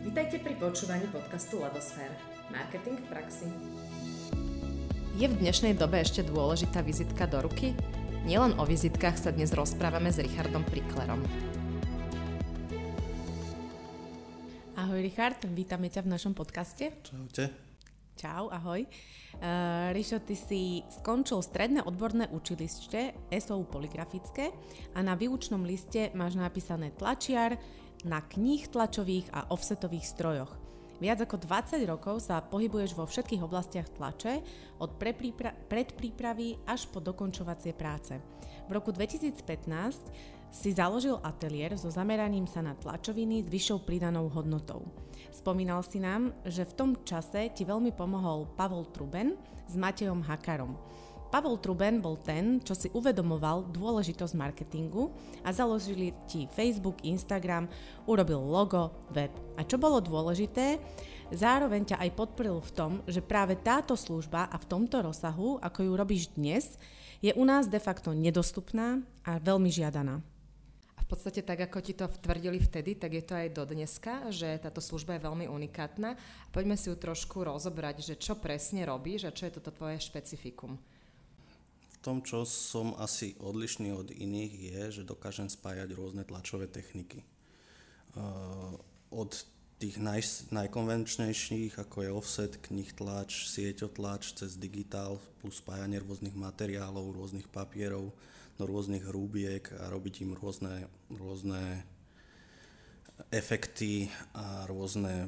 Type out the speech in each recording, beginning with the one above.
Vitajte pri počúvaní podcastu Labosfér. Marketing v praxi. Je v dnešnej dobe ešte dôležitá vizitka do ruky? Nielen o vizitkách sa dnes rozprávame s Richardom Priklerom. Ahoj Richard, vítame ťa v našom podcaste. Čaute. Čau, ahoj. Rišo, ty si skončil stredné odborné učilište SOU Polygrafické a na výučnom liste máš napísané tlačiar na kníh tlačových a offsetových strojoch. Viac ako 20 rokov sa pohybuješ vo všetkých oblastiach tlače, od predprípravy až po dokončovacie práce. V roku 2015 si založil ateliér so zameraním sa na tlačoviny s vyššou pridanou hodnotou. Spomínal si nám, že v tom čase ti veľmi pomohol Pavol Truben s Matejom Hakarom. Pavol Truben bol ten, čo si uvedomoval dôležitosť marketingu a založili ti Facebook, Instagram, urobil logo, web. A čo bolo dôležité, zároveň ťa aj podporil v tom, že práve táto služba a v tomto rozsahu, ako ju robíš dnes, je u nás de facto nedostupná a veľmi žiadaná. V podstate tak, ako ti to tvrdili vtedy, tak je to aj do dneska, že táto služba je veľmi unikátna. Poďme si ju trošku rozobrať, že čo presne robíš a čo je toto tvoje špecifikum. V tom, čo som asi odlišný od iných, je, že dokážem spájať rôzne tlačové techniky. Od tých najkonvenčnejších, ako je offset, knih tlač, sieťotlač, cez digitál, plus spájanie rôznych materiálov, rôznych papierov do rôznych hrúbiek a robiť im rôzne efekty a rôzne,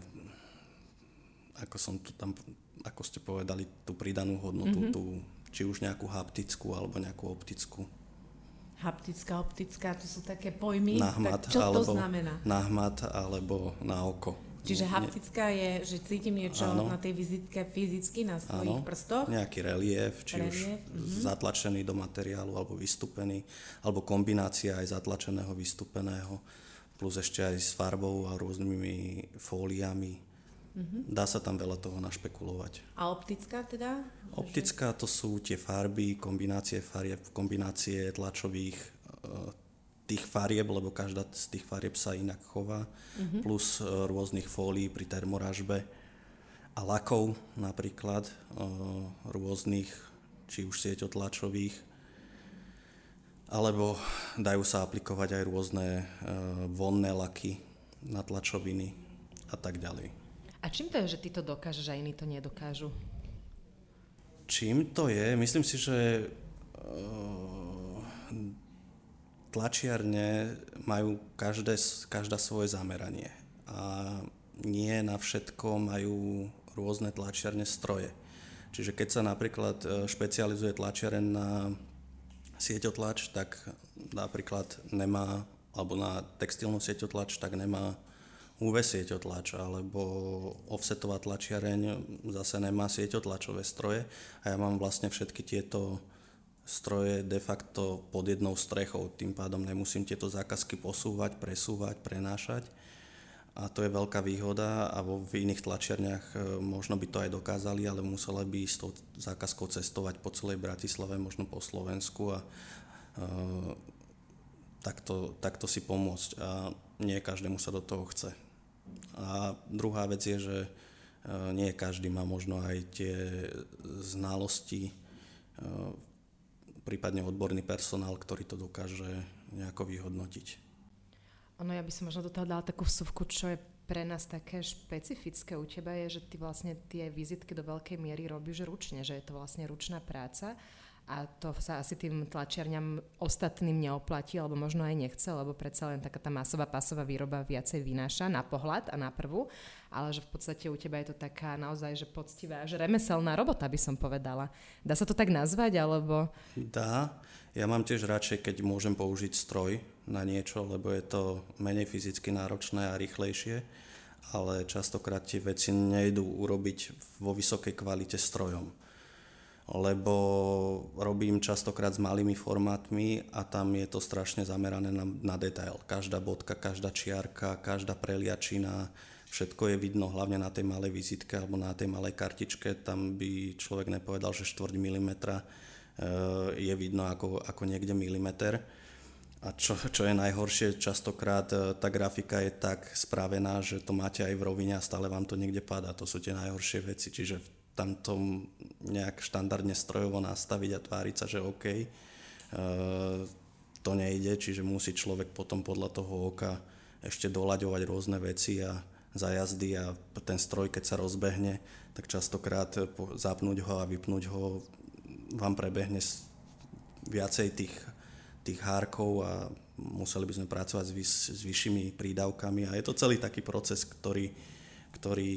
ako ste povedali, tú pridanú hodnotu, či už nejakú haptickú alebo nejakú optickú. Haptická, optická, to sú také pojmy. Nahmat, tak čo to znamená? Nahmat alebo na oko. Čiže haptická je, že cítim niečo na tej vizitke fyzicky na svojich prstoch? Nejaký relief, či už zatlačený do materiálu alebo vystúpený, alebo kombinácia aj zatlačeného, vystúpeného, plus ešte aj s farbou a rôznymi fóliami. Dá sa tam veľa toho našpekulovať. A optická teda? Optická to sú tie farby, kombinácie farieb, kombinácie tlačových tých farieb, lebo každá z tých farieb sa inak chová, plus rôznych fólií pri termoražbe a lakov napríklad, rôznych, či už sieťotlačových, alebo dajú sa aplikovať aj rôzne vonné laky na tlačoviny a tak ďalej. A čím to je, že ty to dokážeš a iní to nedokážu? Čím to je? Myslím si, že tlačiarne majú každá svoje zameranie a nie na všetko majú rôzne tlačiarne stroje. Čiže keď sa napríklad špecializuje tlačiareň na sieťotlač, tak napríklad nemá, alebo na textilnú sieťotlač, tak nemá UV sieťotlač, alebo offsetová tlačiareň zase nemá sieťotlačové stroje a ja mám vlastne všetky tieto stroje de facto pod jednou strechou, tým pádom nemusím tieto zákazky posúvať, presúvať, prenášať a to je veľká výhoda a v iných tlačiarniach možno by to aj dokázali, ale musela by s tou zákazkou cestovať po celej Bratislave, možno po Slovensku a takto si pomôcť a nie každému sa do toho chce. A druhá vec je, že nie každý má možno aj tie znalosti, prípadne odborný personál, ktorý to dokáže nejako vyhodnotiť. Ono, ja by som možno do toho dala takú vsuvku, čo je pre nás také špecifické u teba, je, že ty vlastne tie vizitky do veľkej miery robíš ručne, že je to vlastne ručná práca. A to sa asi tým tlačiarňam ostatným neoplatí, alebo možno aj nechce, lebo predsa len taká tá masová pasová výroba viacej vynáša na pohľad a na prvú, ale že v podstate u teba je to taká naozaj, že poctivá, že remeselná robota by som povedala. Dá sa to tak nazvať, alebo? Dá. Ja mám tiež radšej, keď môžem použiť stroj na niečo, lebo je to menej fyzicky náročné a rýchlejšie, ale častokrát tie veci nejdú urobiť vo vysokej kvalite strojom. Lebo robím častokrát s malými formátmi a tam je to strašne zamerané na detail. Každá bodka, každá čiarka, každá preliačina, všetko je vidno, hlavne na tej malej vizitke alebo na tej malej kartičke. Tam by človek nepovedal, že 4 mm je vidno ako niekde milimeter. A čo je najhoršie, častokrát tá grafika je tak spravená, že to máte aj v rovine a stále vám to niekde padá. To sú tie najhoršie veci. Čiže tam to nejak štandardne strojovo nastaviť a tváriť sa, že OK, to nejde. Čiže musí človek potom podľa toho oka ešte doľaďovať rôzne veci a zájazdy a ten stroj, keď sa rozbehne, tak častokrát zapnúť ho a vypnúť ho vám prebehne viacej tých hárkov a museli by sme pracovať s vyššími prídavkami a je to celý taký proces, ktorý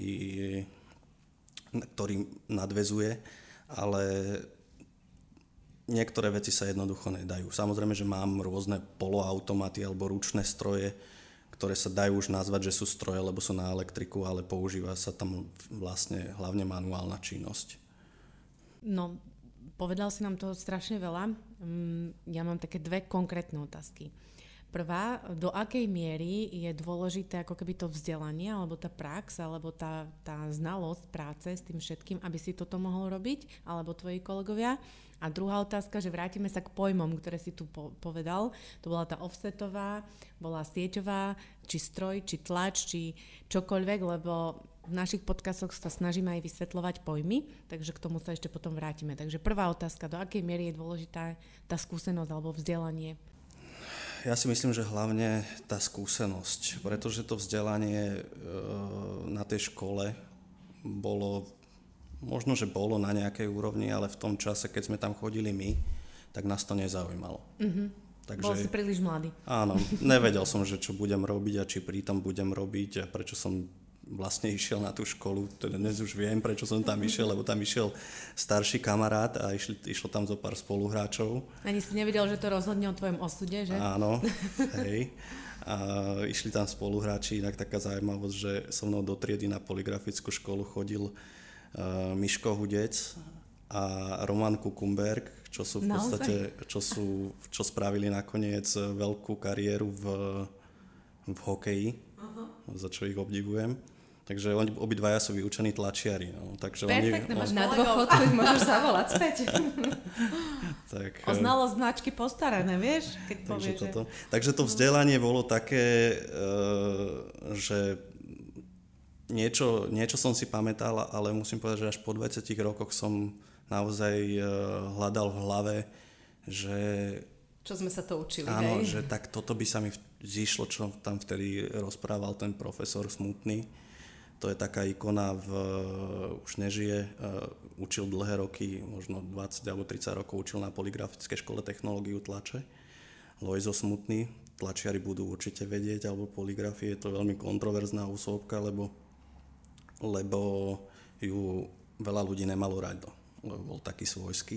nadväzuje, ale niektoré veci sa jednoducho nedajú. Samozrejme, že mám rôzne poloautomaty alebo ručné stroje, ktoré sa dajú už nazvať, že sú stroje, lebo sú na elektriku, ale používa sa tam vlastne hlavne manuálna činnosť. No, povedal si nám toho strašne veľa. Ja mám také dve konkrétne otázky. Prvá, do akej miery je dôležité ako keby to vzdelanie, alebo tá prax, alebo tá znalosť práce s tým všetkým, aby si toto mohol robiť, alebo tvoji kolegovia? A druhá otázka, že vrátime sa k pojmom, ktoré si tu povedal. To bola tá offsetová, bola sieťová, či stroj, či tlač, či čokoľvek, lebo v našich podcastoch sa snažíme aj vysvetľovať pojmy, takže k tomu sa ešte potom vrátime. Takže prvá otázka, do akej miery je dôležitá tá skúsenosť alebo vzdelanie? Ja si myslím, že hlavne tá skúsenosť, pretože to vzdelanie na tej škole možno, že bolo na nejakej úrovni, ale v tom čase, keď sme tam chodili my, tak nás to nezaujímalo. Mm-hmm. Takže, bol si príliš mladý. Áno, nevedel som, že čo budem robiť a či pritom budem robiť a prečo som vlastne išiel na tú školu. Teda dnes už viem, prečo som tam išiel, lebo tam išiel starší kamarát a išlo tam zo pár spoluhráčov. Ani si nevedel, že to rozhodne o tvojom osude, že? Áno, hej. A išli tam spoluhráči, inak taká zaujímavosť, že so mnou do triedy na polygrafickú školu chodil Miško Hudec a Roman Kukumberg, čo sú v podstate, čo spravili nakoniec veľkú kariéru v hokeji, za čo ich obdivujem. Takže oni obidvaja sú vyučení tlačiari. No. Takže perfektne, máš na dôchodku ich môžeš zavolať späť. Tak, o znalosť značky postarané, vieš? Keď povieš, Takže to vzdelanie bolo také, že niečo som si pamätal, ale musím povedať, že až po 20 rokoch som naozaj hľadal v hlave, že čo sme sa to učili, áno, hej? že tak toto by sa mi zišlo, čo tam vtedy rozprával ten profesor Smutný. To je taká ikona, už nežije, učil dlhé roky, možno 20 alebo 30 rokov učil na polygrafickej škole technológiu tlače. Lojzo Smutný, tlačiari budú určite vedieť, alebo poligrafie, je to veľmi kontroverzná osobka, lebo ju veľa ľudí nemalo rado, lebo bol taký svojský.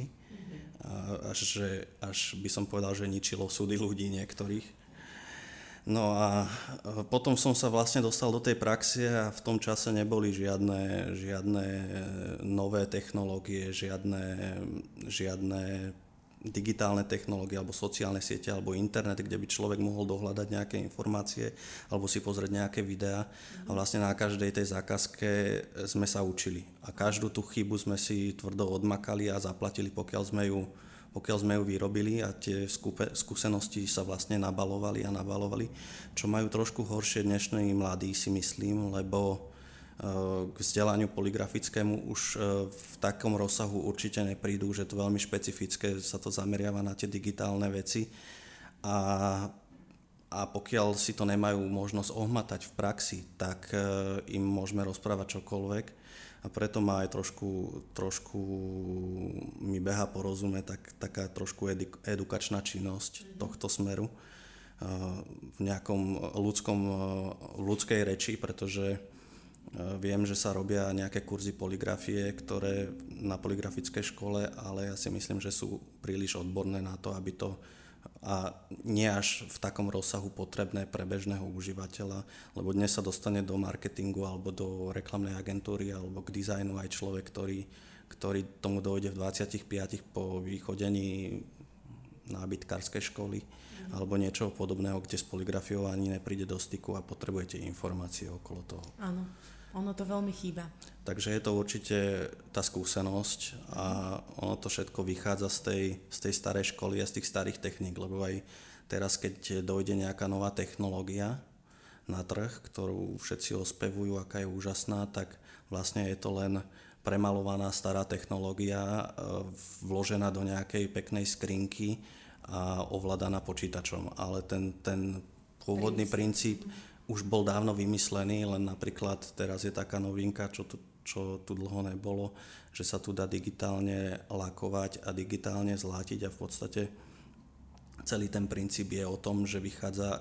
Až by som povedal, že ničilo súdy ľudí niektorých. No a potom som sa vlastne dostal do tej praxe a v tom čase neboli žiadne nové technológie, žiadne digitálne technológie alebo sociálne siete alebo internet, kde by človek mohol dohľadať nejaké informácie alebo si pozrieť nejaké videá. A vlastne na každej tej zákazke sme sa učili. A každú tú chybu sme si tvrdo odmakali a zaplatili, pokiaľ sme ju vyrobili a tie skúsenosti sa vlastne nabalovali, čo majú trošku horšie dnešní mladí, si myslím, lebo k vzdelaniu polygrafickému už v takom rozsahu určite neprídu, že to veľmi špecifické, sa to zameriava na tie digitálne veci a pokiaľ si to nemajú možnosť ohmatať v praxi, tak im môžeme rozprávať čokoľvek. A preto ma aj trošku mi beha po rozume taká trošku edukačná činnosť tohto smeru v nejakom ľudskej reči, pretože viem, že sa robia nejaké kurzy polygrafie, ktoré na polygrafickej škole, ale ja si myslím, že sú príliš odborné na to, aby to a nie až v takom rozsahu potrebné pre bežného užívateľa, lebo dnes sa dostane do marketingu alebo do reklamnej agentúry alebo k dizajnu aj človek, ktorý tomu dojde v 25 po vychodení nábytkárskej školy alebo niečoho podobného, kde s polygrafiou ani nepríde do styku a potrebujete informácie okolo toho. Áno. Ono to veľmi chýba. Takže je to určite tá skúsenosť a ono to všetko vychádza z tej starej školy a z tých starých techník, lebo aj Teraz, keď dojde nejaká nová technológia na trh, ktorú všetci ospevujú, aká je úžasná, tak vlastne je to len premalovaná stará technológia vložená do nejakej peknej skrinky a ovládaná počítačom. Ale ten pôvodný princíp už bol dávno vymyslený, len napríklad teraz je taká novinka, čo tu dlho nebolo, že sa tu dá digitálne lakovať a digitálne zlátiť a v podstate celý ten princíp je o tom, že vychádza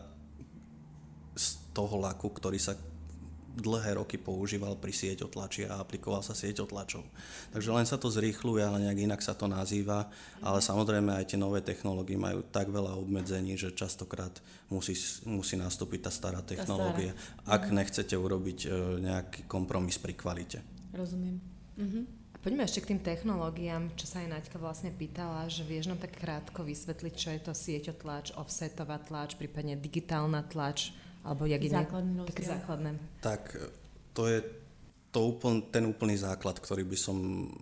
z toho laku, ktorý sa dlhé roky používal pri sieťotlači a aplikoval sa sieťotlačov. Takže len sa to zrýchluje, ale nejak inak sa to nazýva, ale samozrejme aj tie nové technológie majú tak veľa obmedzení, že častokrát musí nastúpiť tá stará technológia, ak nechcete urobiť nejaký kompromis pri kvalite. Rozumiem. Poďme ešte k tým technológiám, čo sa aj Naďka vlastne pýtala, že vieš nám tak krátko vysvetliť, čo je to sieťotlač, offsetová tlač, prípadne digitálna tlač, alebo jak je také základné. Tak to je ten úplný základ, ktorý by som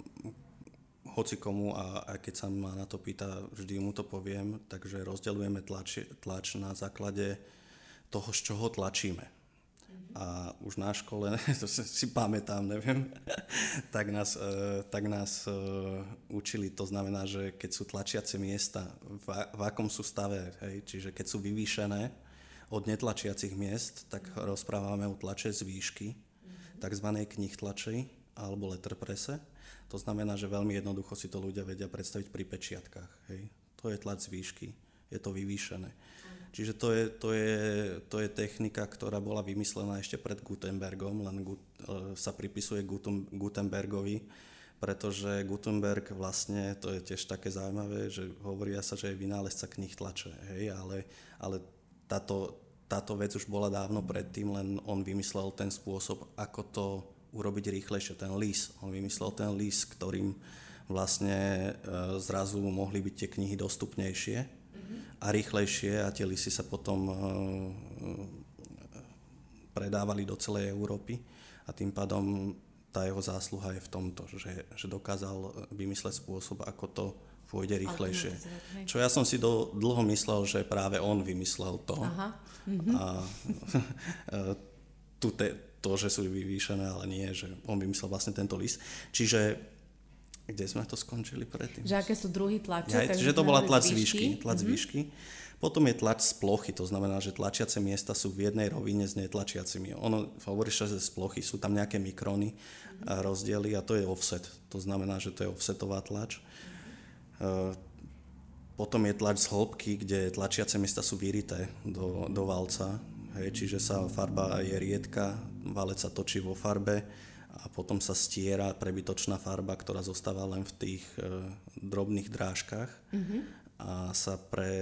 hocikomu, a aj keď sa ma na to pýta, vždy mu to poviem, takže rozdeľujeme tlač na základe toho, z čoho tlačíme. A už na škole, to si pamätám, neviem, tak nás učili, to znamená, že keď sú tlačiace miesta, v akom sú stave, hej? Čiže keď sú vyvýšené od netlačiacich miest, tak rozprávame o tlače z výšky, takzvanej knihtlači alebo letterpresse. To znamená, že veľmi jednoducho si to ľudia vedia predstaviť pri pečiatkách, hej? To je tlač z výšky, je to vyvýšené. Čiže to je technika, ktorá bola vymyslená ešte pred Gutenbergom, len sa pripisuje Gutenbergovi, pretože Gutenberg vlastne, to je tiež také zaujímavé, že hovoria sa, že je vynálezca kníh tlače, hej, ale táto vec už bola dávno predtým, len on vymyslel ten spôsob, ako to urobiť rýchlejšie, ten list. On vymyslel ten list, ktorým vlastne zrazu mohli byť tie knihy dostupnejšie a rýchlejšie a tie listy sa potom predávali do celej Európy a tým pádom tá jeho zásluha je v tomto, že dokázal vymysleť spôsob, ako to pôjde rýchlejšie. Čo ja som si dlho myslel, že práve on vymyslel to. Aha. A to, že sú vyvýšené, ale nie, že on vymyslel vlastne tento list. Čiže kde sme to skončili predtým? Že aké sú druhy tlače? Že to bola tlač z výšky. Potom je tlač z plochy, to znamená, že tlačiace miesta sú v jednej rovine s netlačiacimi. Ono, hovoríš, že z plochy sú tam nejaké mikrony a rozdiely a to je offset. To znamená, že to je offsetová tlač. Potom je tlač z hĺbky, kde tlačiace miesta sú vyrité do valca. Hej, čiže sa farba je riedka, valec sa točí vo farbe a potom sa stiera prebytočná farba, ktorá zostáva len v tých drobných drážkach a sa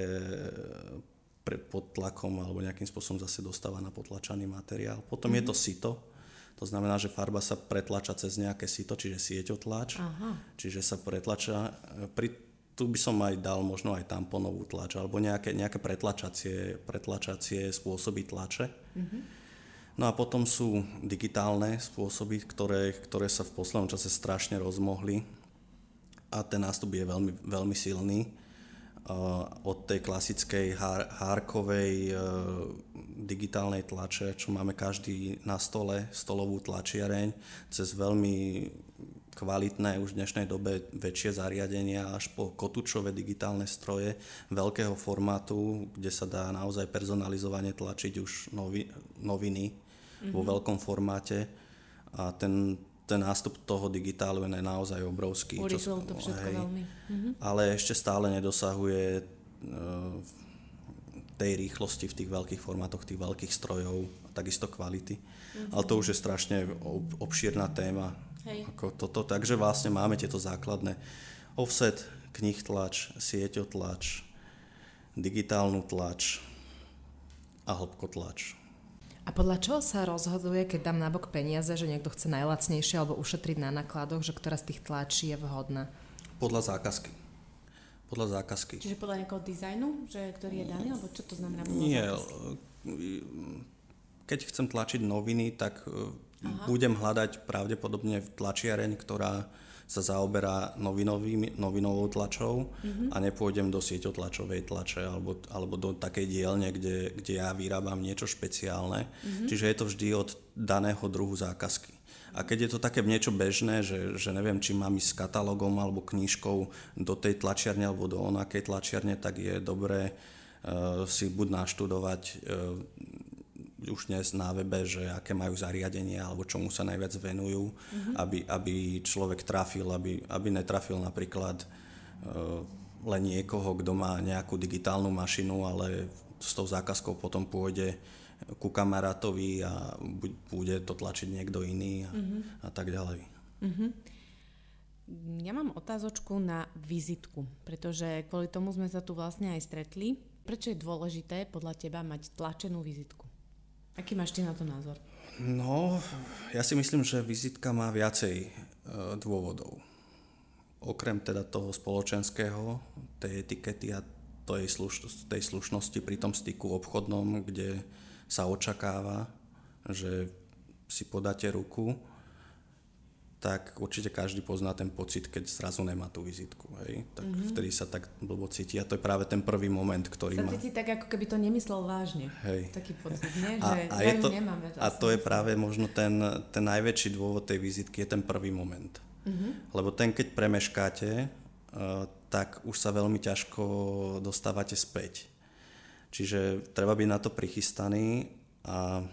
pod tlakom alebo nejakým spôsobom zase dostáva na potlačaný materiál. Potom je to sito, to znamená, že farba sa pretlača cez nejaké sito, čiže sieťotlač, čiže sa pretlača. Tu by som aj dal možno aj tamponovú tlač alebo nejaké pretlačacie spôsoby tlače. No a potom sú digitálne spôsoby, ktoré sa v poslednom čase strašne rozmohli a ten nástup je veľmi, veľmi silný. Od tej klasickej hárkovej digitálnej tlače, čo máme každý na stole, stolovú tlačiareň, cez veľmi kvalitné už v dnešnej dobe väčšie zariadenia až po kotúčové digitálne stroje veľkého formátu, kde sa dá naozaj personalizovane tlačiť už noviny vo veľkom formáte a ten nástup toho digitálu je naozaj obrovský. Urýchlil to všetko veľmi. Ale ešte stále nedosahuje tej rýchlosti v tých veľkých formátoch, tých veľkých strojov a takisto kvality. Ale to už je strašne obšírna téma. Ako toto. Takže vlastne máme tieto základné offset, knihtlač, sieťotlač, digitálnu tlač a hĺbkotlač. A podľa čoho sa rozhoduje, keď dám nabok peniaze, že niekto chce najlacnejšie alebo ušetriť na nákladoch, že ktorá z tých tlačí je vhodná? Podľa zákazky. Čiže podľa nejakého dizajnu, ktorý je daný, alebo čo to znamená? Nie. Keď chcem tlačiť noviny, tak budem hľadať pravdepodobne tlačiareň, ktorá sa zaoberá novinovou tlačou a nepôjdem do sieťotlačovej tlače alebo do takej dielne, kde ja vyrábam niečo špeciálne. Čiže je to vždy od daného druhu zákazky. A keď je to také niečo bežné, že neviem, či mám ísť s katalógom alebo knižkou do tej tlačiarne alebo do onakej tlačiarne, tak je dobré si buď naštudovať už dnes na webe, že aké majú zariadenie alebo čomu sa najviac venujú, aby človek trafil, aby netrafil napríklad len niekoho, kto má nejakú digitálnu mašinu, ale s tou zákazkou potom pôjde ku kamarátovi a bude to tlačiť niekto iný a tak ďalej. Ja mám otázočku na vizitku, pretože kvôli tomu sme sa tu vlastne aj stretli. Prečo je dôležité podľa teba mať tlačenú vizitku? Aký máš ty na to názor? No, ja si myslím, že vizitka má viacej dôvodov. Okrem teda toho spoločenského, tej etikety a tej slušnosti pri tom styku obchodnom, kde sa očakáva, že si podáte ruku, tak určite každý pozná ten pocit, keď zrazu nemá tú vizitku. Hej? Tak vtedy sa tak blbo cíti a to je práve ten prvý moment, ktorý má... Sa cíti tak, ako keby to nemyslel vážne. Hej. Taký pocit, nie? Že ja ju nemám. A to je práve možno ten najväčší dôvod tej vizitky, je ten prvý moment. Lebo ten, keď premeškáte, tak už sa veľmi ťažko dostávate späť. Čiže treba byť na to prichystaný a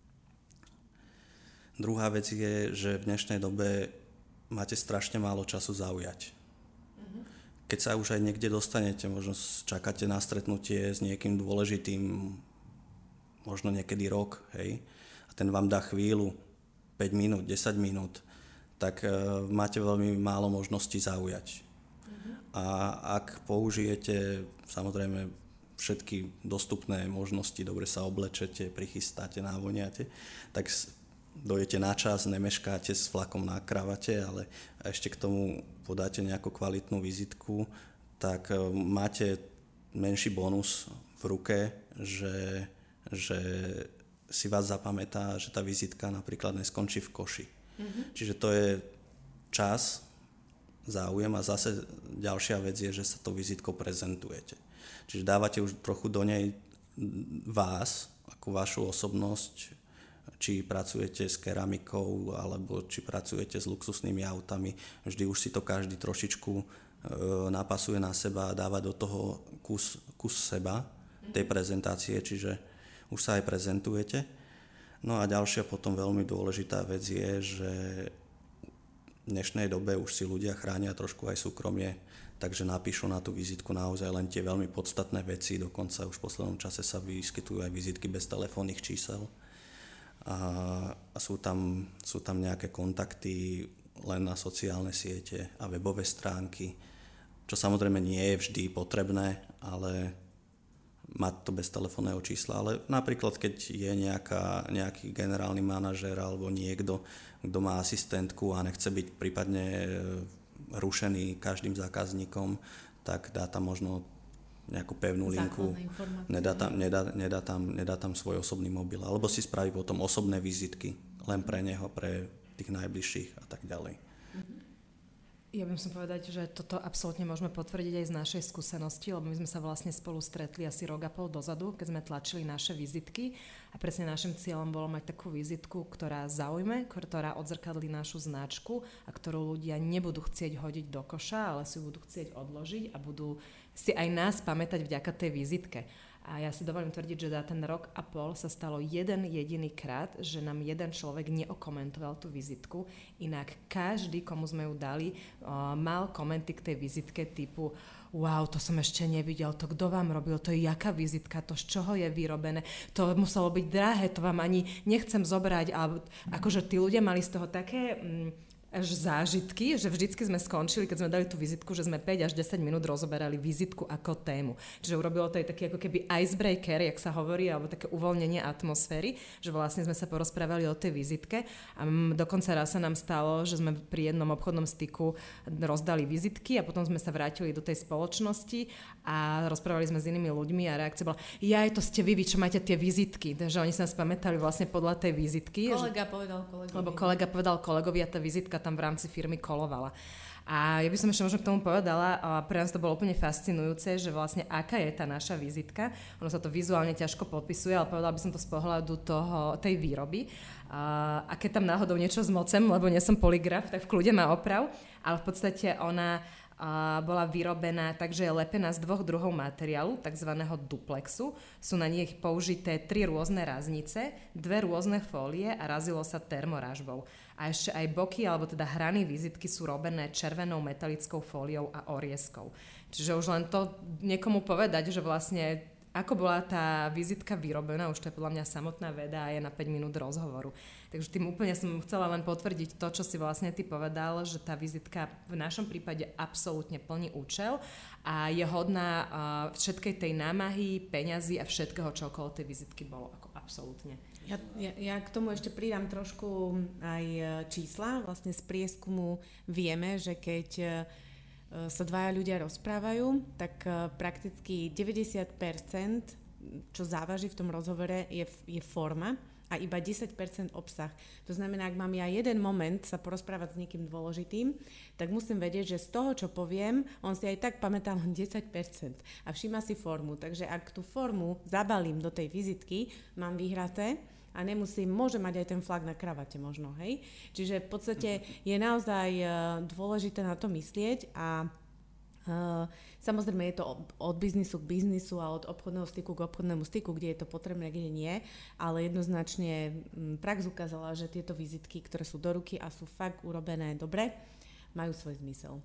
druhá vec je, že v dnešnej dobe máte strašne málo času zaujať. Keď sa už aj niekde dostanete, možno čakáte na stretnutie s niekým dôležitým, možno niekedy rok, hej, a ten vám dá chvíľu, 5 minút, 10 minút, tak máte veľmi málo možností zaujať. A ak použijete, samozrejme, všetky dostupné možnosti, dobre sa oblečete, prichystáte, návoniate, tak dojdete na čas, nemeškáte s vlakom na kravate, ale ešte k tomu podáte nejakú kvalitnú vizitku, tak máte menší bonus v ruke, že si vás zapamätá, že tá vizitka napríklad neskončí v koši. Čiže to je čas, záujem a zase ďalšia vec je, že sa tou vizitkou prezentujete. Čiže dávate už trochu do nej vás, ako vašu osobnosť, či pracujete s keramikou, alebo či pracujete s luxusnými autami. Vždy už si to každý trošičku napasuje na seba a dáva do toho kus seba, tej prezentácie, čiže už sa aj prezentujete. No a ďalšia potom veľmi dôležitá vec je, že v dnešnej dobe už si ľudia chránia trošku aj súkromie, takže napíšu na tú vizitku naozaj len tie veľmi podstatné veci, dokonca už v poslednom čase sa vyskytujú aj vizitky bez telefónnych čísel. A sú tam nejaké kontakty len na sociálne siete a webové stránky, čo samozrejme nie je vždy potrebné, ale mať to bez telefónneho čísla. Ale napríklad, keď je nejaký generálny manažér alebo niekto, kto má asistentku a nechce byť prípadne rušený každým zákazníkom, tak dá tam možno nejakú pevnú linku, nedá tam svoj osobný mobil, alebo si spraví potom osobné vizitky len pre neho, pre tých najbližších a tak ďalej. Ja by som povedať, že toto absolútne môžeme potvrdiť aj z našej skúsenosti, lebo my sme sa vlastne spolu stretli asi rok a pol dozadu, keď sme tlačili naše vizitky a presne našim cieľom bolo mať takú vizitku, ktorá zaujme, ktorá odzrkadlí našu značku a ktorú ľudia nebudú chcieť hodiť do koša, ale si ju budú chcieť odložiť a budú si aj nás pamätať vďaka tej vizitke. A ja si dovolím tvrdiť, že za ten rok a pol sa stalo jeden jediný krát, že nám jeden človek neokomentoval tú vizitku. Inak každý, komu sme ju dali, mal komenty k tej vizitke typu wow, to som ešte nevidel, to kto vám robil, to je jaká vizitka, to z čoho je vyrobené, to muselo byť drahé, to vám ani nechcem zobrať. A akože tí ľudia mali z toho také až zážitky, že vždycky sme skončili, keď sme dali tú vizitku, že sme 5 až 10 minút rozoberali vizitku ako tému. Čiže urobilo to aj taký ako keby icebreaker, jak sa hovorí, alebo také uvoľnenie atmosféry, že vlastne sme sa porozprávali o tej vizitke a dokonca raz sa nám stalo, že sme pri jednom obchodnom styku rozdali vizitky a potom sme sa vrátili do tej spoločnosti a rozprávali sme s inými ľuďmi a reakcia bola, to ste vy čo máte tie vizitky, takže oni sa nás pamätali vlastne podľa tej vizitky. Kolega povedal kolegovi. Lebo kolega povedal kolegovi a tá vizitka tam v rámci firmy kolovala. A ja by som ešte možno k tomu povedala, a pre nás to bolo úplne fascinujúce, že vlastne aká je tá naša vizitka. Ono sa to vizuálne ťažko podpisuje, ale povedala by som to z pohľadu tej výroby. A keď tam náhodou niečo zmocem, lebo nie som poligraf, tak v kľude má oprav, ale v podstate ona bola vyrobená, takže je lepená z 2 druhov materiálu, takzvaného duplexu. Sú na nich použité 3 rôzne raznice, 2 rôzne fólie a razilo sa termorážbou. A ešte aj boky, alebo teda hrany vizitky sú robené červenou metalickou fóliou a orieskou. Čiže už len to niekomu povedať, že vlastne ako bola tá vizitka vyrobená, už to je podľa mňa samotná veda a je na 5 minút rozhovoru. Takže tým úplne som chcela len potvrdiť to, čo si vlastne ty povedal, že tá vizitka v našom prípade absolútne plní účel a je hodná všetkej tej námahy, peňazí a všetkého, čo okolo tej vizitky bolo, ako absolútne. Ja k tomu ešte pridám trošku aj čísla. Vlastne z prieskumu vieme, že keď sa 2 ľudia rozprávajú, tak prakticky 90%, čo závaží v tom rozhovore, je forma a iba 10% obsah. To znamená, ak mám ja jeden moment sa porozprávať s niekým dôležitým, tak musím vedieť, že z toho, čo poviem, on si aj tak pamätá len 10% a všíma si formu. Takže ak tú formu zabalím do tej vizitky, mám vyhraté a môže mať aj ten flag na kravate možno, hej? Čiže v podstate je naozaj dôležité na to myslieť a samozrejme je to od biznisu k biznisu a od obchodného styku k obchodnému styku, kde je to potrebné, kde nie, ale jednoznačne prax ukázala, že tieto vizitky, ktoré sú do ruky a sú fakt urobené dobre, majú svoj zmysel.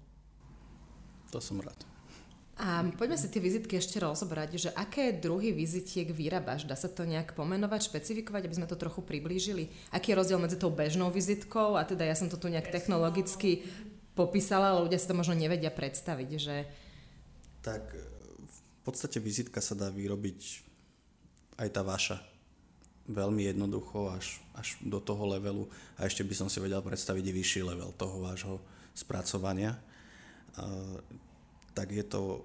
To som rád. A poďme si tie vizitky ešte rozobrať, že aké druhy vizitiek vyrábaš? Dá sa to nejak pomenovať, špecifikovať, aby sme to trochu priblížili? Aký je rozdiel medzi tou bežnou vizitkou a teda ja som to tu nejak technologicky popísala, ale ľudia si to možno nevedia predstaviť, že... Tak v podstate vizitka sa dá vyrobiť aj tá vaša. Veľmi jednoducho až do toho levelu a ešte by som si vedel predstaviť i vyšší level toho vášho spracovania. Tak je to...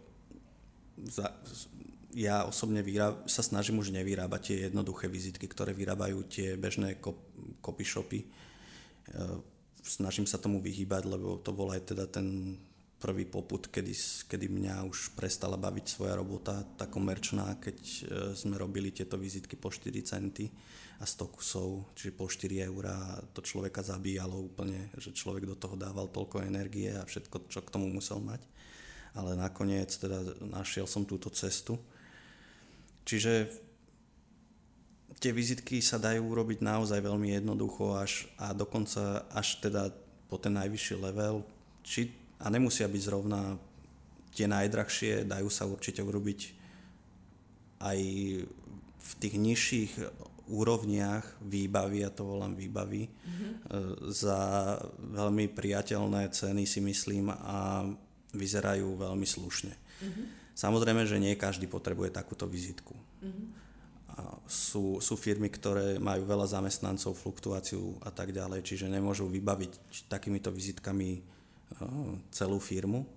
Ja osobne sa snažím už nevyrábať tie jednoduché vizitky, ktoré vyrábajú tie bežné copy shopy. Snažím sa tomu vyhýbať, lebo to bol aj teda ten prvý popud, kedy mňa už prestala baviť svoja robota, tá komerčná, keď sme robili tieto vizitky po 4 centy a 100 kusov, čiže po 4 eurá, to človeka zabíjalo úplne, že človek do toho dával toľko energie a všetko, čo k tomu musel mať. Ale nakoniec teda našiel som túto cestu. Čiže tie vizitky sa dajú urobiť naozaj veľmi jednoducho a dokonca až teda po ten najvyšší level. A nemusia byť zrovna tie najdrahšie, dajú sa určite urobiť aj v tých nižších úrovniach výbavy, ja to volám výbavy, za veľmi priateľné ceny si myslím a vyzerajú veľmi slušne. Samozrejme, že nie každý potrebuje takúto vizitku. A sú firmy, ktoré majú veľa zamestnancov, fluktuáciu a tak ďalej, čiže nemôžu vybaviť takýmito vizitkami celú firmu,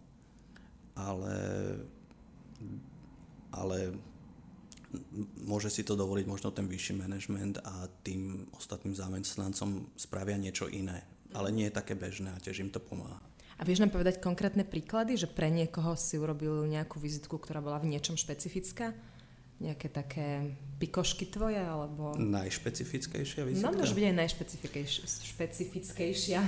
ale môže si to dovoliť možno ten vyšší manažment a tým ostatným zamestnancom spravia niečo iné. Ale nie je také bežné a tiež im to pomáha. A vieš nám povedať konkrétne príklady, že pre niekoho si urobil nejakú vizitku, ktorá bola v niečom špecifická? Nejaké také pikošky tvoje, alebo... Najšpecifickejšia vizitka? No, môže byť aj najšpecifickejšia.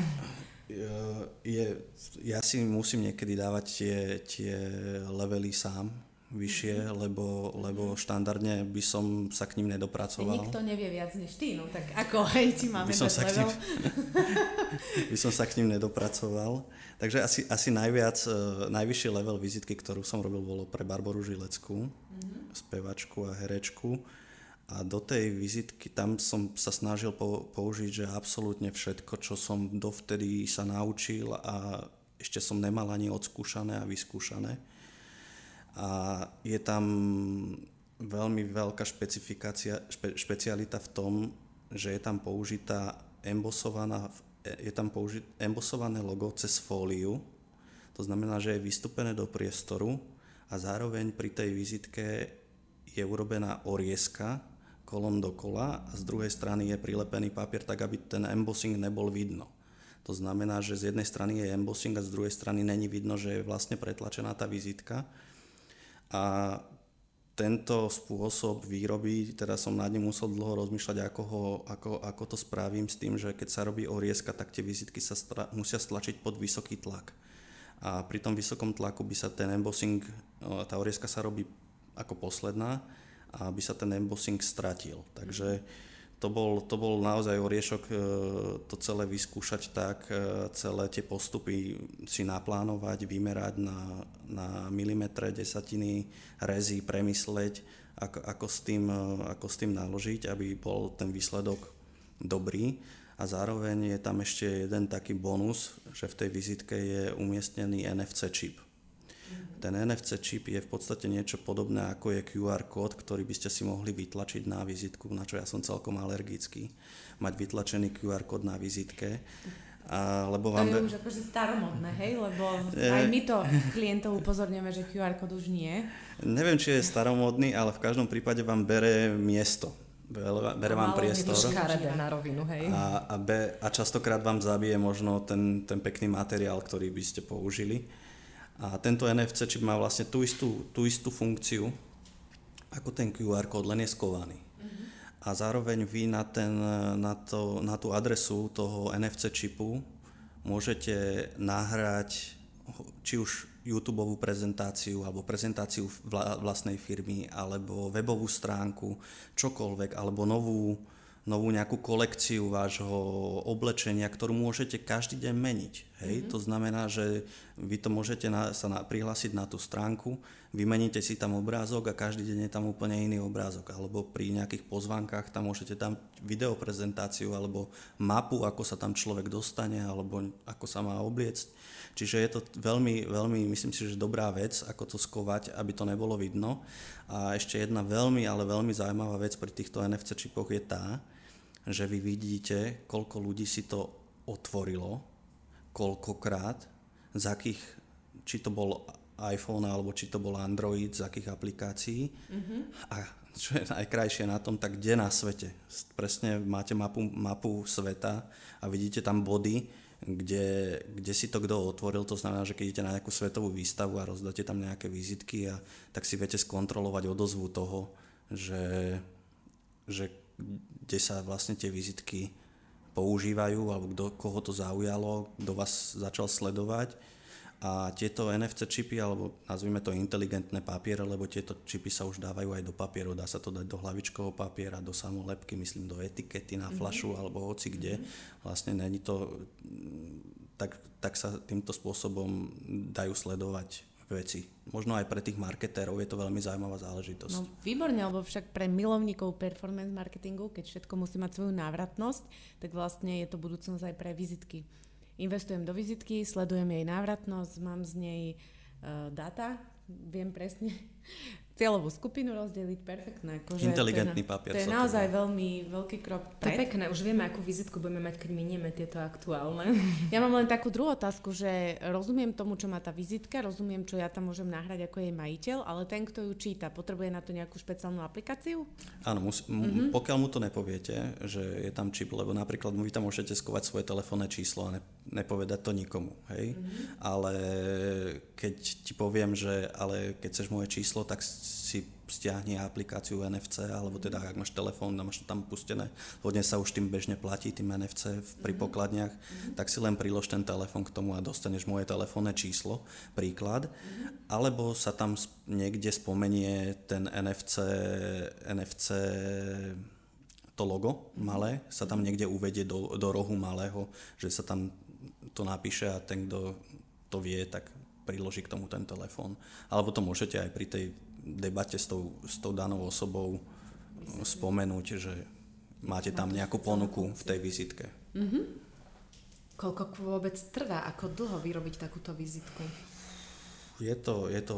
Ja si musím niekedy dávať tie levely sám vyššie, lebo štandardne by som sa k ním nedopracoval. Nikto nevie viac než ty, no tak ako, hej, ti máme ten level. By som sa k ním nedopracoval. Takže asi najvyšší level vizitky, ktorú som robil, bolo pre Barboru Žileckú, spevačku a herečku. A do tej vizitky tam som sa snažil použiť, že absolútne všetko, čo som dovtedy sa naučil a ešte som nemal ani odskúšané a vyskúšané. A je tam veľmi veľká špecialita v tom, že je tam použitá embosované logo cez fóliu. To znamená, že je vystúpené do priestoru a zároveň pri tej vizitke je urobená orieska kolom dokola a z druhej strany je prilepený papier tak, aby ten embossing nebol vidno. To znamená, že z jednej strany je embossing a z druhej strany není vidno, že je vlastne pretlačená tá vizitka. A tento spôsob výroby, teda som nad ním musel dlho rozmýšľať, ako to spravím s tým, že keď sa robí oriezka, tak tie vizitky sa musia stlačiť pod vysoký tlak. A pri tom vysokom tlaku by sa ten embossing, tá oriezka sa robí ako posledná, a aby sa ten embossing stratil. Takže to bol naozaj oriešok to celé vyskúšať tak, celé tie postupy si naplánovať, vymerať na milimetre, desatiny, rezy, premysleť, ako s tým naložiť, aby bol ten výsledok dobrý. A zároveň je tam ešte jeden taký bonus, že v tej vizitke je umiestnený NFC čip. Ten NFC čip je v podstate niečo podobné ako je QR kód, ktorý by ste si mohli vytlačiť na vizitku, na čo ja som celkom alergický. Mať vytlačený QR kód na vizitke. Lebo to je už akože staromodné, hej? Lebo aj my to klientov upozorňujeme, že QR kód už nie. Neviem, či je staromodný, ale v každom prípade vám bere miesto. Bere vám priestor na rovinu, hej. A častokrát vám zabije možno ten pekný materiál, ktorý by ste použili. A tento NFC čip má vlastne tú istú funkciu ako ten QR kód, len je skovaný. A zároveň vy na tú adresu toho NFC čipu môžete nahrať či už YouTubeovú prezentáciu alebo prezentáciu vlastnej firmy alebo webovú stránku, čokoľvek, alebo novú nejakú kolekciu vášho oblečenia, ktorú môžete každý deň meniť. Hej? To znamená, že vy to môžete prihlásiť na tú stránku, vymeníte si tam obrázok a každý deň je tam úplne iný obrázok. Alebo pri nejakých pozvánkach tam môžete tam videoprezentáciu alebo mapu, ako sa tam človek dostane alebo ako sa má obliecť. Čiže je to veľmi, veľmi, myslím si, že dobrá vec, ako to skovať, aby to nebolo vidno. A ešte jedna veľmi, ale veľmi zaujímavá vec pri týchto NFC čipoch je tá, že vy vidíte, koľko ľudí si to otvorilo, koľkokrát, z akých, či to bol iPhone alebo či to bol Android, z akých aplikácií. A čo je najkrajšie na tom, tak kde na svete. Presne máte mapu sveta a vidíte tam body, kde si to kto otvoril. To znamená, že keď idete na nejakú svetovú výstavu a rozdáte tam nejaké vizitky, tak si viete skontrolovať odozvu toho, že kde sa vlastne tie vizitky používajú alebo koho to zaujalo, kto vás začal sledovať. A tieto NFC čipy, alebo nazvime to inteligentné papiere, lebo tieto čipy sa už dávajú aj do papieru, dá sa to dať do hlavičkového papiera, do samolepky, myslím do etikety na fľašu alebo hoci kde. Vlastne není to, tak sa týmto spôsobom dajú sledovať veci. Možno aj pre tých marketérov je to veľmi zaujímavá záležitosť. No výborne, lebo však pre milovníkov performance marketingu, keď všetko musí mať svoju návratnosť, tak vlastne je to budúcnosť aj pre vizitky. Investujem do vizitky, sledujem jej návratnosť, mám z nej dáta, viem presne cieľovú skupinu rozdeliť, perfektné. Akože inteligentný papier. To je naozaj veľmi veľký krok pred. To je pekné, už vieme, akú vizitku budeme mať, keď minieme tieto aktuálne. Ja mám len takú druhú otázku, že rozumiem tomu, čo má tá vizitka, rozumiem, čo ja tam môžem nahrať ako jej majiteľ, ale ten, kto ju číta, potrebuje na to nejakú špeciálnu aplikáciu? Áno, pokiaľ mu to nepoviete, že je tam čip, lebo napríklad vy tam môžete skovať svoje telefónne číslo a nepovedať to nikomu, hej? Ale keď ti poviem, že keď chceš moje číslo, tak si stiahni aplikáciu NFC, alebo teda ak máš telefón, máš to tam pustené, hodne sa už tým bežne platí, tým NFC pri pokladniach, tak si len prilož ten telefón k tomu a dostaneš moje telefónne číslo, príklad, alebo sa tam niekde spomenie ten NFC to logo malé, sa tam niekde uvedie do rohu malého, že sa tam to napíše a ten, kto to vie, tak priloží k tomu ten telefón. Alebo to môžete aj pri tej debate s tou danou osobou spomenúť, že máte tam nejakú ponuku v tej vizitke. Koľko vôbec trvá, ako dlho vyrobiť takúto vizitku? Je to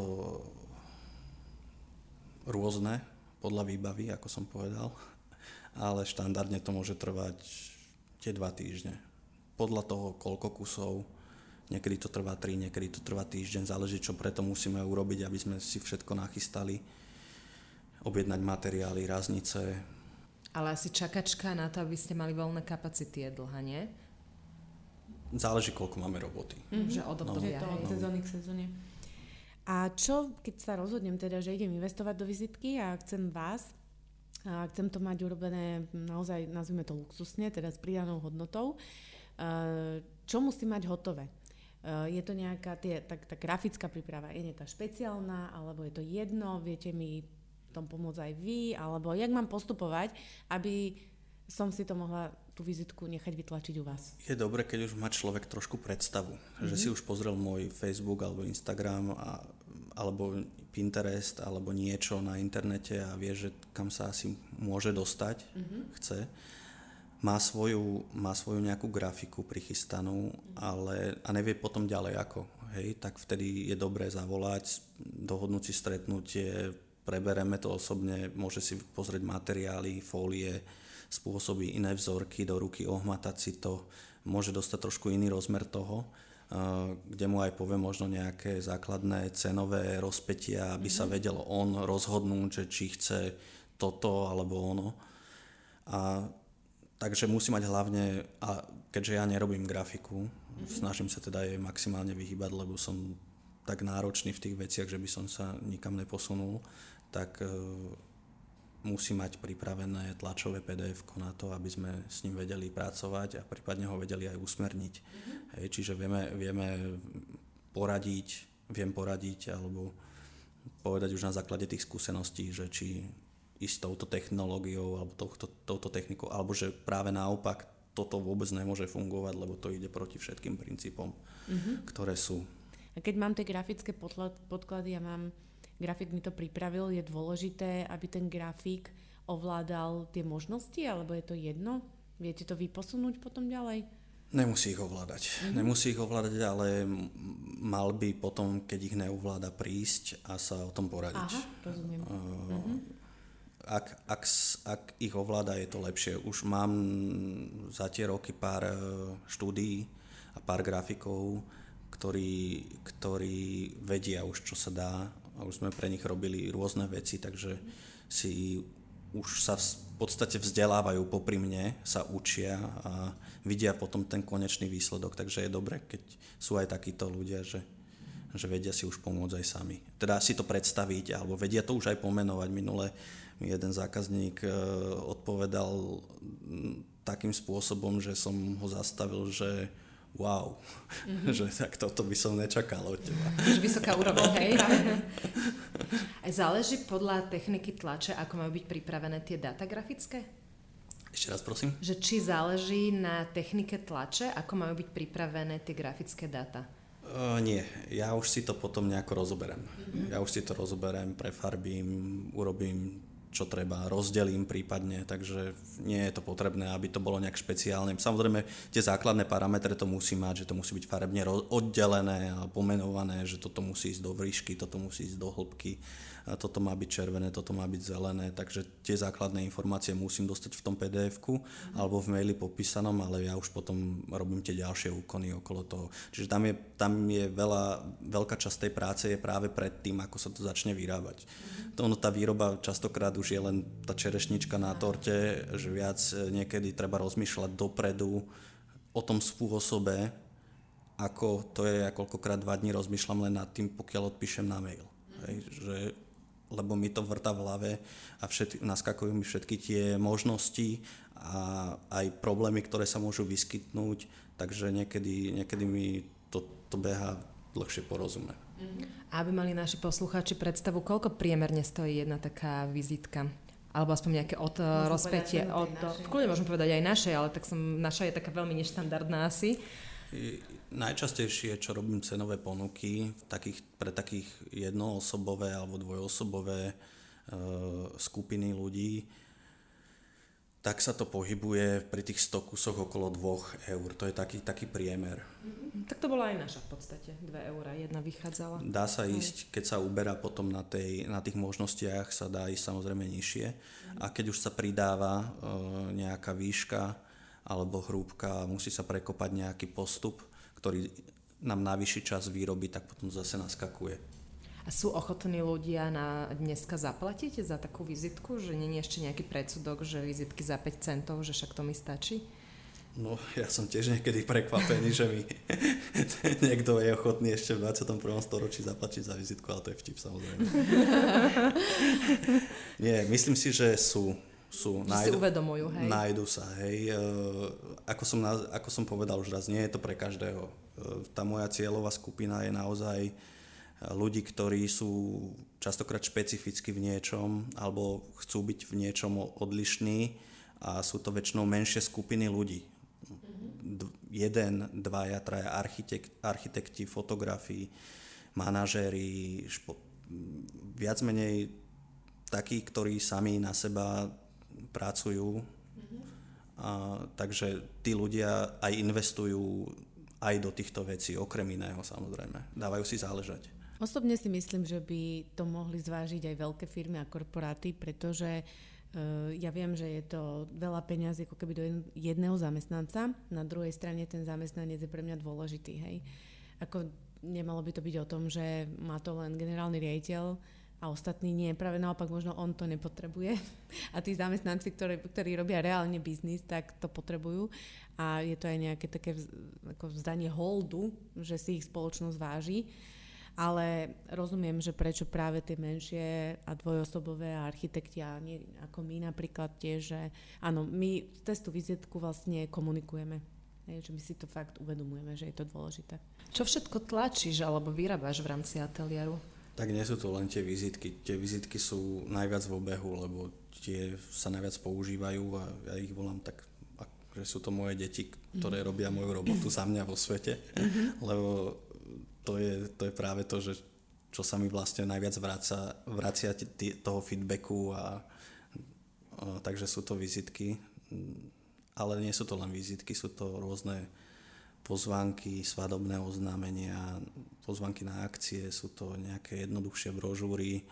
rôzne podľa výbavy, ako som povedal, ale štandardne to môže trvať tie 2 týždne. Podľa toho, koľko kusov. Niekedy to trvá 3, niekedy to trvá týždeň, záleží, čo preto musíme urobiť, aby sme si všetko nachystali, objednať materiály, raznice. Ale asi čakačka na to, aby ste mali voľné kapacity je dlhá, nie? záleží, koľko máme roboty. Že od obdobia. To od sezóny k sezóne. A čo, keď sa rozhodnem teda, že idem investovať do vizitky a chcem vás, a chcem to mať urobené naozaj, nazvime to luxusne, teda s pridanou hodnotou, čo musí mať hotové? Je to nejaká tá grafická príprava, je tá špeciálna, alebo je to jedno, viete mi tom pomôcť aj vy, alebo jak mám postupovať, aby som si to mohla tú vizitku nechať vytlačiť u vás? Je dobre, keď už má človek trošku predstavu, že si už pozrel môj Facebook alebo Instagram alebo Pinterest alebo niečo na internete a vie, že kam sa asi môže dostať, chce. Má svoju nejakú grafiku prichystanú, a nevie potom ďalej ako. Hej, tak vtedy je dobré zavolať, dohodnúť si stretnutie, prebereme to osobne, môže si pozrieť materiály, fólie, spôsobí iné vzorky do ruky, ohmatať si to, môže dostať trošku iný rozmer toho, kde mu aj povie možno nejaké základné cenové rozpätia, aby sa vedel on rozhodnúť, že či chce toto alebo ono. Takže musí mať hlavne, a keďže ja nerobím grafiku, snažím sa teda jej maximálne vyhýbať, lebo som tak náročný v tých veciach, že by som sa nikam neposunul, tak musí mať pripravené tlačové PDF na to, aby sme s ním vedeli pracovať a prípadne ho vedeli aj usmerniť. Hej, čiže viem poradiť alebo povedať už na základe tých skúseností, že či ísť touto technológiou alebo touto technikou, alebo že práve naopak toto vôbec nemôže fungovať, lebo to ide proti všetkým princípom, ktoré sú. A keď mám tie grafické podklady a grafik mi to pripravil, je dôležité, aby ten grafik ovládal tie možnosti, alebo je to jedno? Viete to vy posunúť potom ďalej? Nemusí ich ovládať. Nemusí ich ovládať, ale mal by potom, keď ich neovláda, prísť a sa o tom poradiť. Aha, rozumiem. Ak ich ovláda, je to lepšie. Už mám za tie roky pár štúdií a pár grafikov, ktorí vedia už, čo sa dá, a už sme pre nich robili rôzne veci, takže si už sa v podstate vzdelávajú popri mne, sa učia a vidia potom ten konečný výsledok, takže je dobre, keď sú aj takíto ľudia, že vedia si už pomôcť aj sami. Teda si to predstaviť, alebo vedia to už aj pomenovať. Minule mi jeden zákazník odpovedal takým spôsobom, že som ho zastavil, že wow, že tak toto by som nečakal od teba. Vysoká úroveň, hej? Záleží podľa techniky tlače, ako majú byť pripravené tie dáta grafické? Ešte raz, prosím. Že či záleží na technike tlače, ako majú byť pripravené tie grafické dáta? Nie, ja už si to potom nejako rozoberiem. Ja už si to rozoberiem, prefarbím, urobím čo treba, rozdelím prípadne, takže nie je to potrebné, aby to bolo nejak špeciálne. Samozrejme, tie základné parametre to musí mať, že to musí byť farebne oddelené a pomenované, že toto musí ísť do výšky, toto musí ísť do hĺbky, toto má byť červené, toto má byť zelené, takže tie základné informácie musím dostať v tom PDF-ku alebo v maili popísanom, ale ja už potom robím tie ďalšie úkony okolo toho. Čiže tam je veľká časť tej práce je práve pred tým, ako sa to začne vyrábať. Tá výroba častokrát už je len tá čerešnička na torte, že viac niekedy treba rozmýšľať dopredu o tom spôsobe, ako to je, ja koľkokrát 2 dní rozmýšľam len nad tým, pokiaľ odpíšem na mail. Hej, lebo mi to vrtá v hlave a naskakujú mi všetky tie možnosti a aj problémy, ktoré sa môžu vyskytnúť, takže niekedy mi to beha dlhšie porozumieť. Aby mali naši poslucháči predstavu, koľko priemerne stojí jedna taká vizitka? Alebo aspoň nejaké rozpätie. Kľudne môžem povedať aj našej, ale naša je taká veľmi neštandardná asi. Najčastejšie, čo robím cenové ponuky pre takých jednoosobové alebo dvojosobové skupiny ľudí, tak sa to pohybuje pri tých 100 kusoch okolo 2 eur. To je taký priemer. Tak to bola aj naša v podstate. 2 eurá jedna vychádzala. Dá sa ísť, keď sa uberá potom na tých možnostiach, sa dá ísť samozrejme nižšie. A keď už sa pridáva nejaká výška alebo hrúbka, musí sa prekopať nejaký postup, ktorý nám na vyšší čas výroby, tak potom zase naskakuje. A sú ochotní ľudia dneska zaplatiť za takú vizitku, že nie je ešte nejaký predsudok, že vizitky za 5 centov, že však to mi stačí? No, ja som tiež niekedy prekvapený, že mi niekto je ochotný ešte v 21. storočí zaplačiť za vizitku, ale to je vtip, samozrejme. Nie, myslím si, že sú si uvedomujú, hej. Nájdu sa, hej. Ako som povedal už raz, nie je to pre každého. Tá moja cieľová skupina je naozaj ľudí, ktorí sú častokrát špecificky v niečom alebo chcú byť v niečom odlišní a sú to väčšinou menšie skupiny ľudí. 1, 2, 3 architekti, fotografi, manažéri, viac menej takí, ktorí sami na seba pracujú. Takže tí ľudia aj investujú aj do týchto vecí, okrem iného samozrejme. Dávajú si záležať. Osobne si myslím, že by to mohli zvážiť aj veľké firmy a korporáty, pretože ja viem, že je to veľa peňazí ako keby do jedného zamestnanca. Na druhej strane ten zamestnanec je pre mňa dôležitý. Hej. Ako nemalo by to byť o tom, že má to len generálny riaditeľ a ostatní nie. Práve naopak, možno on to nepotrebuje. A tí zamestnanci, ktorí robia reálne biznis, tak to potrebujú. A je to aj nejaké také ako vzdanie holdu, že si ich spoločnosť váži. Ale rozumiem, že prečo práve tie menšie a dvojosobové architekti a nie ako my napríklad tiež, že áno, my cez tú vizitku vlastne komunikujeme. Že my si to fakt uvedomujeme, že je to dôležité. Čo všetko tlačíš alebo vyrábaš v rámci ateliéru? Tak nie sú to len tie vizitky. Tie vizitky sú najviac v obehu, lebo tie sa najviac používajú a ja ich volám tak, že sú to moje deti, ktoré robia moju robotu za mňa vo svete, lebo to je práve to, že čo sa mi vlastne najviac vracia toho feedbacku a takže sú to vizitky, ale nie sú to len vizitky, sú to rôzne pozvánky, svadobné oznámenia, pozvánky na akcie, sú to nejaké jednoduchšie brožúry,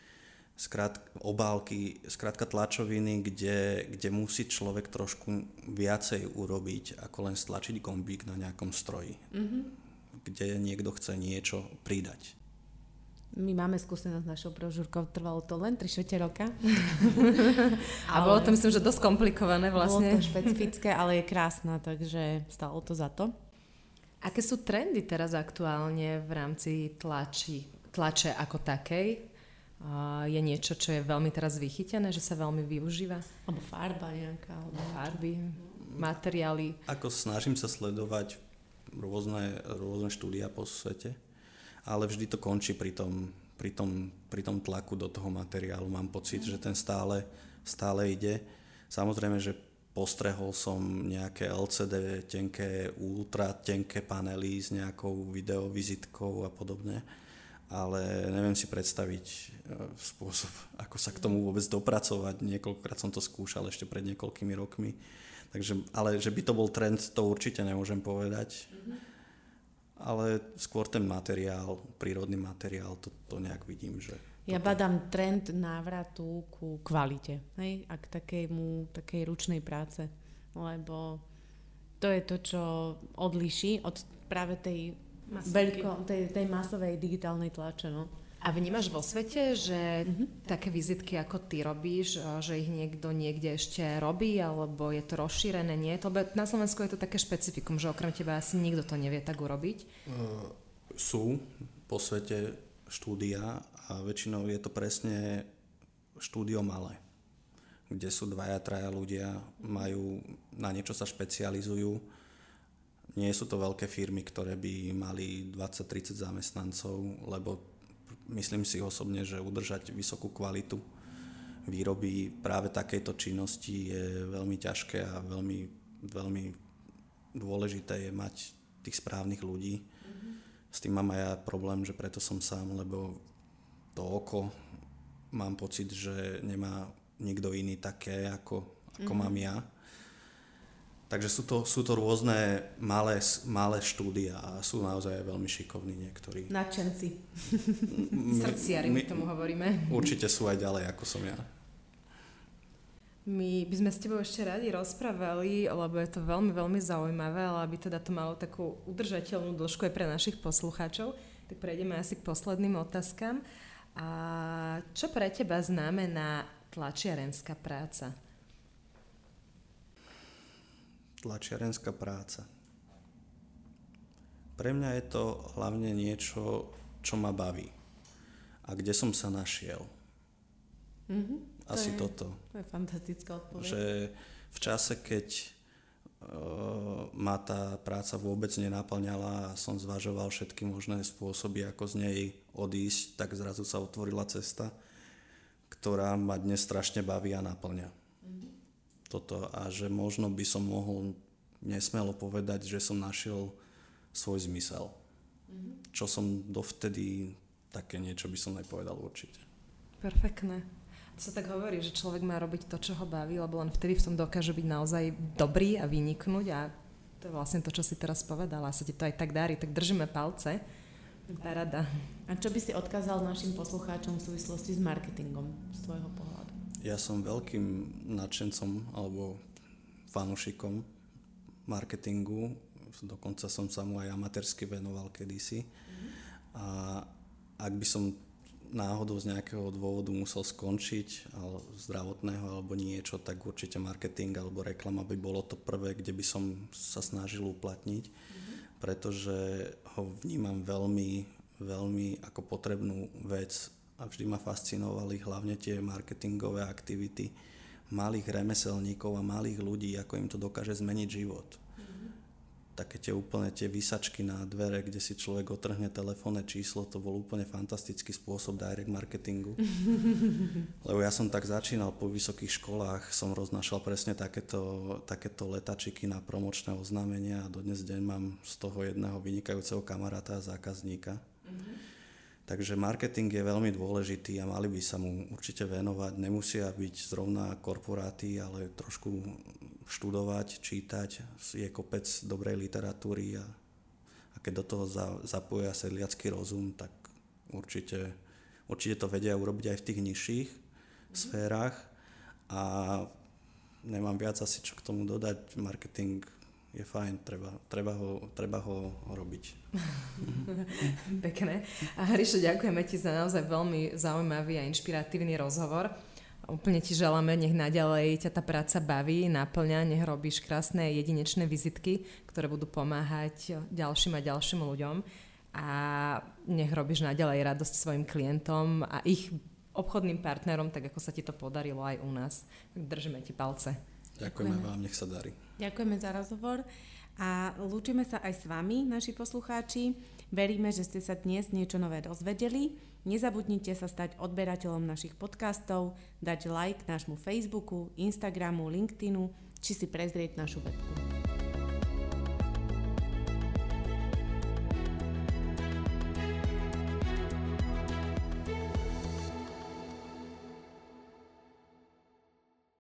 obálky, skrátka tlačoviny, kde musí človek trošku viacej urobiť, ako len stlačiť gombík na nejakom stroji. Kde niekto chce niečo pridať. My máme skúsenosť s našou brožúrkou, trvalo to len 3/4 roka. A bolo to, myslím, že dosť komplikované vlastne. Bolo to špecifické, ale je krásna, takže stalo to za to. Aké sú trendy teraz aktuálne v rámci tlače ako takej? Je niečo, čo je veľmi teraz vychytené, že sa veľmi využíva? Alebo farba nejaká. Alebo farby, materiály. Ako snažím sa sledovať rôzne štúdia po svete, ale vždy to končí pri tom tlaku do toho materiálu. Mám pocit, že ten stále ide. Samozrejme, že postrehol som nejaké LCD, tenké, ultra tenké panely s nejakou videovizitkou a podobne, ale neviem si predstaviť spôsob, ako sa k tomu vôbec dopracovať. Niekoľkokrát som to skúšal ešte pred niekoľkými rokmi. Takže, ale že by to bol trend, to určite nemôžem povedať. Ale skôr ten materiál, prírodný materiál, to nejak vidím, že... Ja badám trend návratu ku kvalite, hej? A k takej ručnej práce. Lebo to je to, čo odliší od práve tej masovej digitálnej tlače, no. A vnímaš vo svete, že také vizitky, ako ty robíš, že ich niekto niekde ešte robí, alebo je to rozšírené? Nie? Na Slovensku je to také špecifikum, že okrem teba asi nikto to nevie tak urobiť? Sú po svete štúdia a väčšinou je to presne štúdio malé, kde sú 2-3 ľudia, na niečo sa špecializujú. Nie sú to veľké firmy, ktoré by mali 20-30 zamestnancov, lebo myslím si osobne, že udržať vysokú kvalitu výroby práve takejto činnosti je veľmi ťažké a veľmi, veľmi dôležité je mať tých správnych ľudí. S tým mám aj ja problém, že preto som sám, lebo to oko mám pocit, že nemá nikto iný také, ako mám ja. Takže sú to rôzne malé štúdia a sú naozaj veľmi šikovní niektorí. Nadšenci. Srdciari, my tomu hovoríme. Určite sú aj ďalej, ako som ja. My by sme s tebou ešte radi rozprávali, lebo je to veľmi, veľmi zaujímavé, ale aby teda to malo takú udržateľnú dĺžku aj pre našich poslucháčov, tak prejdeme asi k posledným otázkam. A čo pre teba znamená tlačiarenská práca? Tlačiarenská práca. Pre mňa je to hlavne niečo, čo ma baví. A kde som sa našiel. Asi toto. To je fantastická odpoveď. Že v čase, keď ma tá práca vôbec nenaplňala a som zvažoval všetky možné spôsoby, ako z nej odísť, tak zrazu sa otvorila cesta, ktorá ma dnes strašne baví a naplňa. Toto, a že možno by som mohol nesmelo povedať, že som našiel svoj zmysel. Čo som dovtedy, také niečo by som nepovedal určite. Perfektné. To sa tak hovorí, že človek má robiť to, čo ho baví, lebo len vtedy v tom dokáže byť naozaj dobrý a vyniknúť, a to je vlastne to, čo si teraz povedala. A sa ti to aj tak darí, tak držíme palce. Paráda. A čo by si odkázal našim poslucháčom v súvislosti s marketingom z tvojho pohľadu? Ja som veľkým nadšencom alebo fanúšikom marketingu, dokonca som sa mu aj amatérsky venoval kedysi. A ak by som náhodou z nejakého dôvodu musel skončiť, zdravotného alebo niečo, tak určite marketing alebo reklama by bolo to prvé, kde by som sa snažil uplatniť, pretože ho vnímam veľmi, veľmi ako potrebnú vec a vždy ma fascinovali hlavne tie marketingové aktivity malých remeselníkov a malých ľudí, ako im to dokáže zmeniť život. Také tie úplne tie výsačky na dvere, kde si človek otrhne telefónne číslo, to bol úplne fantastický spôsob direct marketingu. Lebo ja som tak začínal po vysokých školách, som roznášal presne takéto letačiky na promočné oznámenia a dodnes deň mám z toho jedného vynikajúceho kamaráta a zákazníka. Takže marketing je veľmi dôležitý a mali by sa mu určite venovať. Nemusia byť zrovna korporáty, ale trošku študovať, čítať. Je kopec dobrej literatúry a keď do toho zapoja sedliacky rozum, tak určite to vedia urobiť aj v tých nižších sférach. A nemám viac asi čo k tomu dodať. Marketing je fajn, treba ho robiť. Pekné. A Rišo, ďakujeme ti za naozaj veľmi zaujímavý a inšpiratívny rozhovor. Úplne ti želáme, nech naďalej ťa tá práca baví, naplňa, nech robíš krásne jedinečné vizitky, ktoré budú pomáhať ďalším a ďalším ľuďom, a nech robíš naďalej radosť svojim klientom a ich obchodným partnerom, tak ako sa ti to podarilo aj u nás. Držíme ti palce. Ďakujeme vám, nech sa darí. Ďakujeme za rozhovor a lúčime sa aj s vami, naši poslucháči. Veríme, že ste sa dnes niečo nové dozvedeli. Nezabudnite sa stať odberateľom našich podcastov, dať like nášmu Facebooku, Instagramu, LinkedInu, či si prezrieť našu webku.